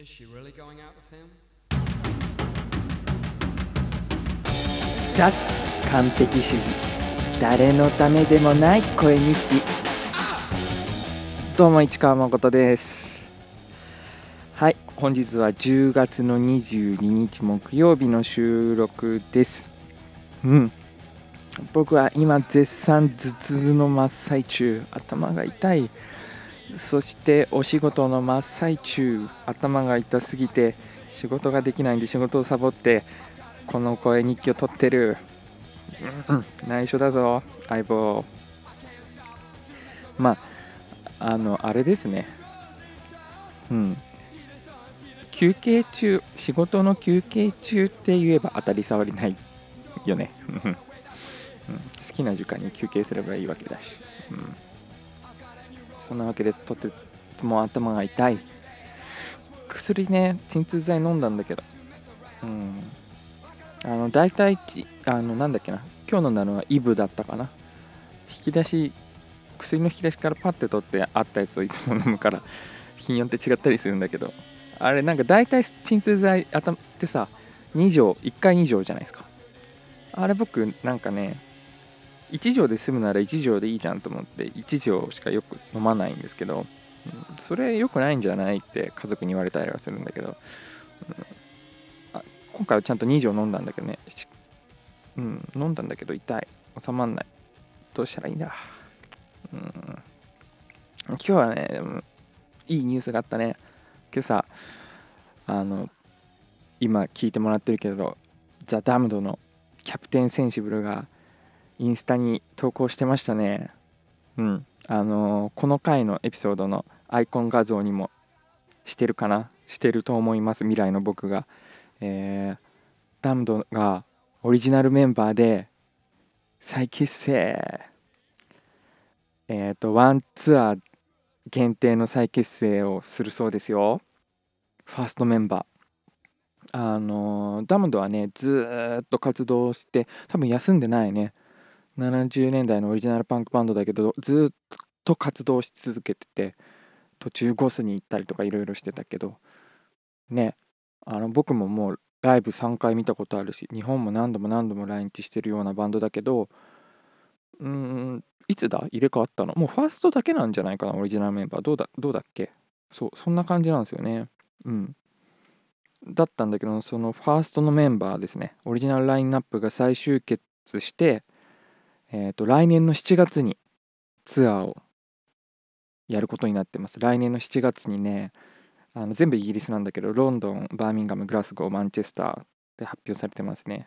Is she really going out with him? 脱完璧主義、誰のためでもない声日記。どうも市川誠です。はい、本日は10月の22日木曜日の収録です。僕は今絶賛頭痛の真っ最中、頭が痛い。そしてお仕事の真っ最中、頭が痛すぎて仕事ができないんで仕事をサボってこの声日記を撮ってる。内緒だぞ相棒。あれですね。休憩中、仕事の休憩中って言えば当たり障りないよね。好きな時間に休憩すればいいわけだし、そんなわけでとても頭が痛い。薬ね、鎮痛剤飲んだんだけど、大体なんだっけな、今日飲んだのはイブだったかな。薬の引き出しからパッて取ってあったやつをいつも飲むから日によって違ったりするんだけど、あれなんか大体鎮痛剤ってさ、2錠1回2錠じゃないですか。あれ僕なんかね、1錠で済むなら1錠でいいじゃんと思って1錠しかよく飲まないんですけど、それ良くないんじゃないって家族に言われたりはするんだけど、今回はちゃんと2錠飲んだんだけどね、飲んだんだけど痛い、収まんない。どうしたらいいんだ。今日はね、いいニュースがあったね。今朝今聞いてもらってるけど、ザ・ダムドのキャプテンセンシブルがインスタに投稿してましたね。この回のエピソードのアイコン画像にもしてると思います。未来の僕が、ダムドがオリジナルメンバーで再結成、ワンツアー限定の再結成をするそうですよ。ファーストメンバー。ダムドはね、ずーっと活動して、多分休んでないね。70年代のオリジナルパンクバンドだけど、ずっと活動し続けてて、途中ゴスに行ったりとかいろいろしてたけど、ね、僕ももうライブ3回見たことあるし、日本も何度も何度も来日してるようなバンドだけど、いつだ入れ替わったの？もうファーストだけなんじゃないかな、オリジナルメンバー。どうだっけ？そんな感じなんですよね。だったんだけど、そのファーストのメンバーですね、オリジナルラインナップが再集結して、来年の7月にツアーをやることになってます。来年の7月にね、全部イギリスなんだけど、ロンドン、バーミンガム、グラスゴー、マンチェスターで発表されてますね。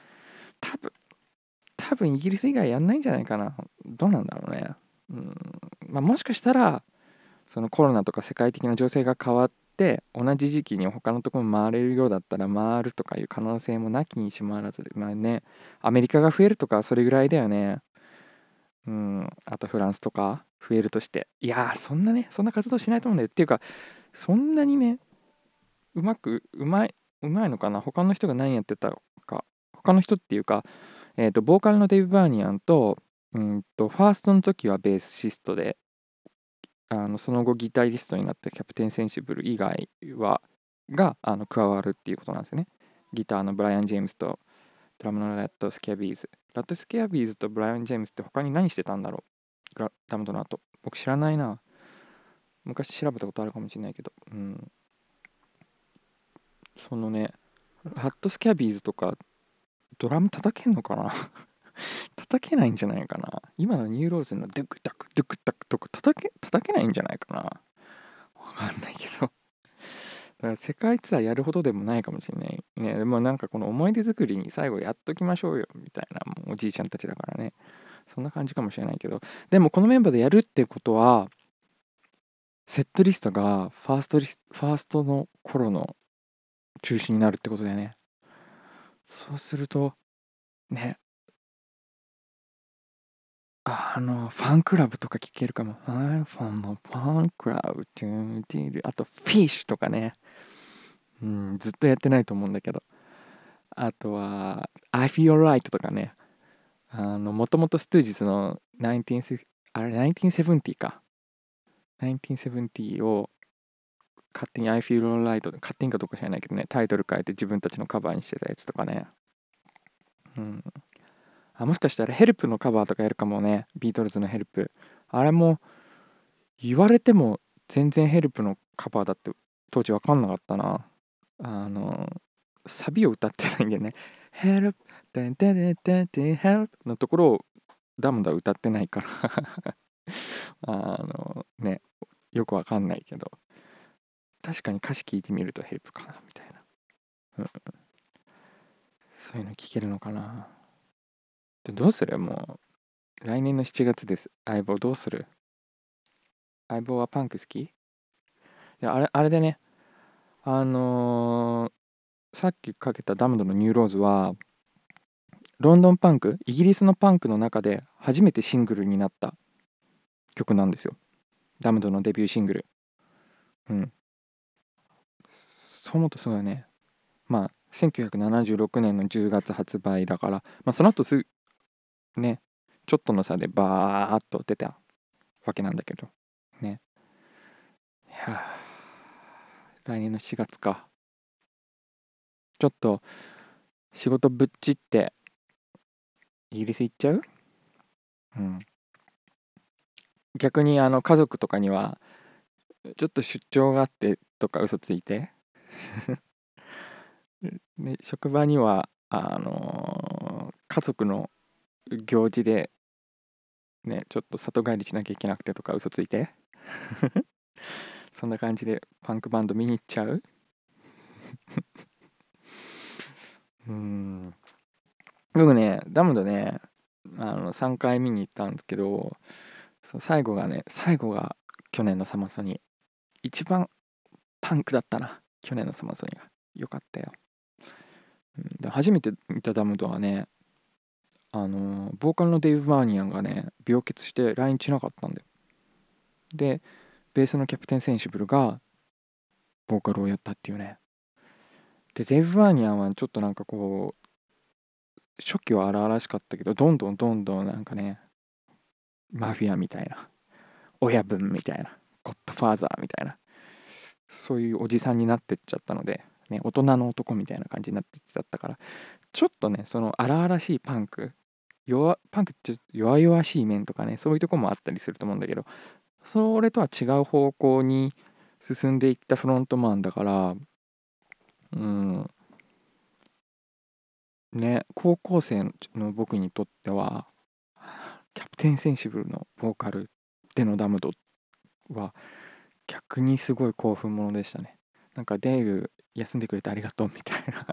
多分イギリス以外やんないんじゃないかな。どうなんだろうね。もしかしたらそのコロナとか世界的な情勢が変わって同じ時期に他のところに回れるようだったら回るとかいう可能性もなきにしもあらずで、アメリカが増えるとかそれぐらいだよね。あとフランスとか増えるとして、いやー、そんな活動しないと思うんだよ。っていうか、そんなにね、うまいのかな。他の人が何やってたか、他の人っていうか、ボーカルのデイブ・バーニアンと、ファーストの時はベーシストで、その後ギタリストになったキャプテンセンシブル以外が加わるっていうことなんですよね。ギターのブライアン・ジェームスとドラムのラット・スキャビーズ。ラット・スキャビーズとブライアン・ジェームスって他に何してたんだろう。ダムドの後。僕知らないな。昔調べたことあるかもしれないけど。そのね、ラット・スキャビーズとかドラム叩けんのかな叩けないんじゃないかな。今のニューローズのドゥクタクドゥクタクとか叩けないんじゃないかな。わかんないけど。だから世界ツアーやるほどでもないかもしれないね。でもなんかこの思い出作りに最後やっときましょうよみたいな、もうおじいちゃんたちだからね。そんな感じかもしれないけど、でもこのメンバーでやるってことは、セットリストがファーストの頃の中心になるってことだよね。そうするとね、ファンクラブとか聴けるかも。ファンクラブってあと、フィッシュとかね。ずっとやってないと思うんだけど。あとは、I Feel Right とかね。もともとストゥージスの1970か。1970を勝手に I Feel Alright 勝手にかどうか知らないけどね、タイトル変えて自分たちのカバーにしてたやつとかね。もしかしたらヘルプのカバーとかやるかもね。ビートルズのヘルプ。あれも言われても全然ヘルプのカバーだって当時分かんなかったな。サビを歌ってないんだよね。ヘルプ、テンテンテンテンヘルプのところをダムダ歌ってないからね、よく分かんないけど、確かに歌詞聞いてみるとヘルプかなみたいな。そういうの聞けるのかな。でどうする？もう来年の7月です。相棒どうする？相棒はパンク好き？あれでね、さっきかけたダムドのニューローズはロンドンパンク、イギリスのパンクの中で初めてシングルになった曲なんですよ。ダムドのデビューシングル。そう思うとすごいね。1976年の10月発売だから、その後ね、ちょっとの差でバーっと出たわけなんだけどね。いや来年の4月か。ちょっと仕事ぶっちってイギリス行っちゃう？逆に家族とかにはちょっと出張があってとか嘘ついてで職場には家族の行事でねちょっと里帰りしなきゃいけなくてとか嘘ついてそんな感じでパンクバンド見に行っちゃう？僕ねダムドね3回見に行ったんですけど、最後が去年のサマソニ一番パンクだったな。去年のサマソニが良かったよ。で初めて見たダムドはねボーカルのデイブ・バーニアンがね病欠して来日しなかったんだよ。でベースのキャプテン・センシブルがボーカルをやったっていうね。でデイブ・バーニアンはちょっとなんかこう初期は荒々しかったけどどんどんなんかねマフィアみたいな親分みたいなゴッドファーザーみたいなそういうおじさんになってっちゃったので、ね、大人の男みたいな感じになってっちゃったからちょっとねその荒々しいパンクって弱々しい面とかねそういうとこもあったりすると思うんだけどそれとは違う方向に進んでいったフロントマンだからね高校生の僕にとってはキャプテンセンシブルのボーカルでのダムドは逆にすごい興奮ものでしたね。なんかデイブ休んでくれてありがとうみたいな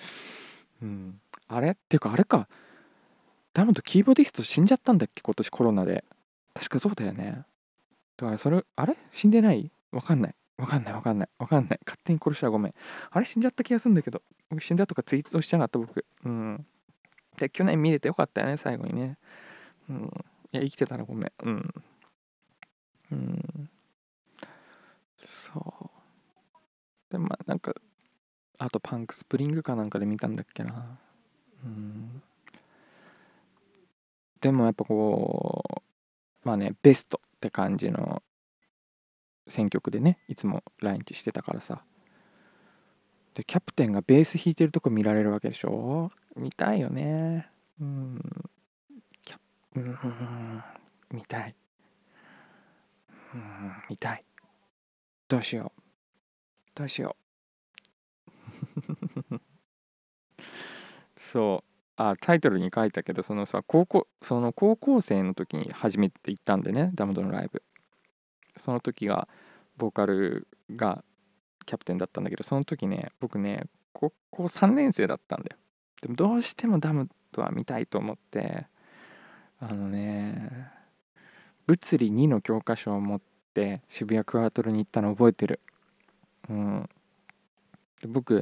あれっていうかあれかダムドキーボディスト死んじゃったんだっけ今年コロナで。確かそうだよね。だからそれあれ死んでない？わかんない勝手に殺したらごめん。あれ死んじゃった気がするんだけど死んだとかツイートしちゃなかった僕。で去年見れてよかったよね最後にね。いや生きてたらごめん。そうでなんかあとパンクスプリングかなんかで見たんだっけな。でもやっぱこうベストって感じの選曲でねいつも来日してたからさ。でキャプテンがベース弾いてるとこ見られるわけでしょ。見たいよね。見たい。見たい。どうしよう。そうタイトルに書いたけどその高校生の時に初めて行ったんでねダムドのライブ。その時がボーカルがキャプテンだったんだけどその時ね僕ね高校3年生だったんだよ。でもどうしてもダムドは見たいと思って物理2の教科書を持って渋谷クワトロに行ったの覚えてる。で僕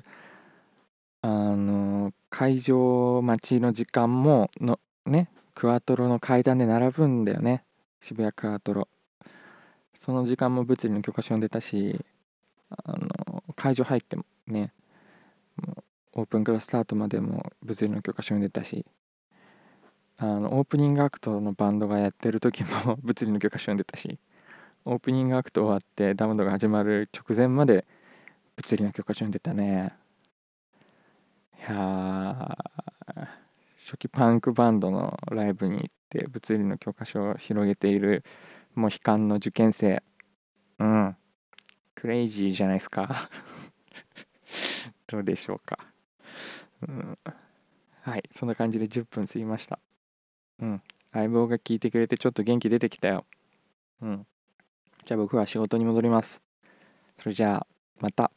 会場待ちの時間もねクワトロの階段で並ぶんだよね渋谷クワトロ。その時間も物理の教科書読んでたし会場入ってもねもうオープンクラススタートまでも物理の教科書読んでたしオープニングアクトのバンドがやってる時も物理の教科書読んでたしオープニングアクト終わってダムドが始まる直前まで物理の教科書に出たね。いやー、初期パンクバンドのライブに行って物理の教科書を広げているモヒカンの受験生、クレイジーじゃないですか。どうでしょうか。はい、そんな感じで10分過ぎました。相棒が聞いてくれてちょっと元気出てきたよ。じゃあ僕は仕事に戻ります。それじゃあまた。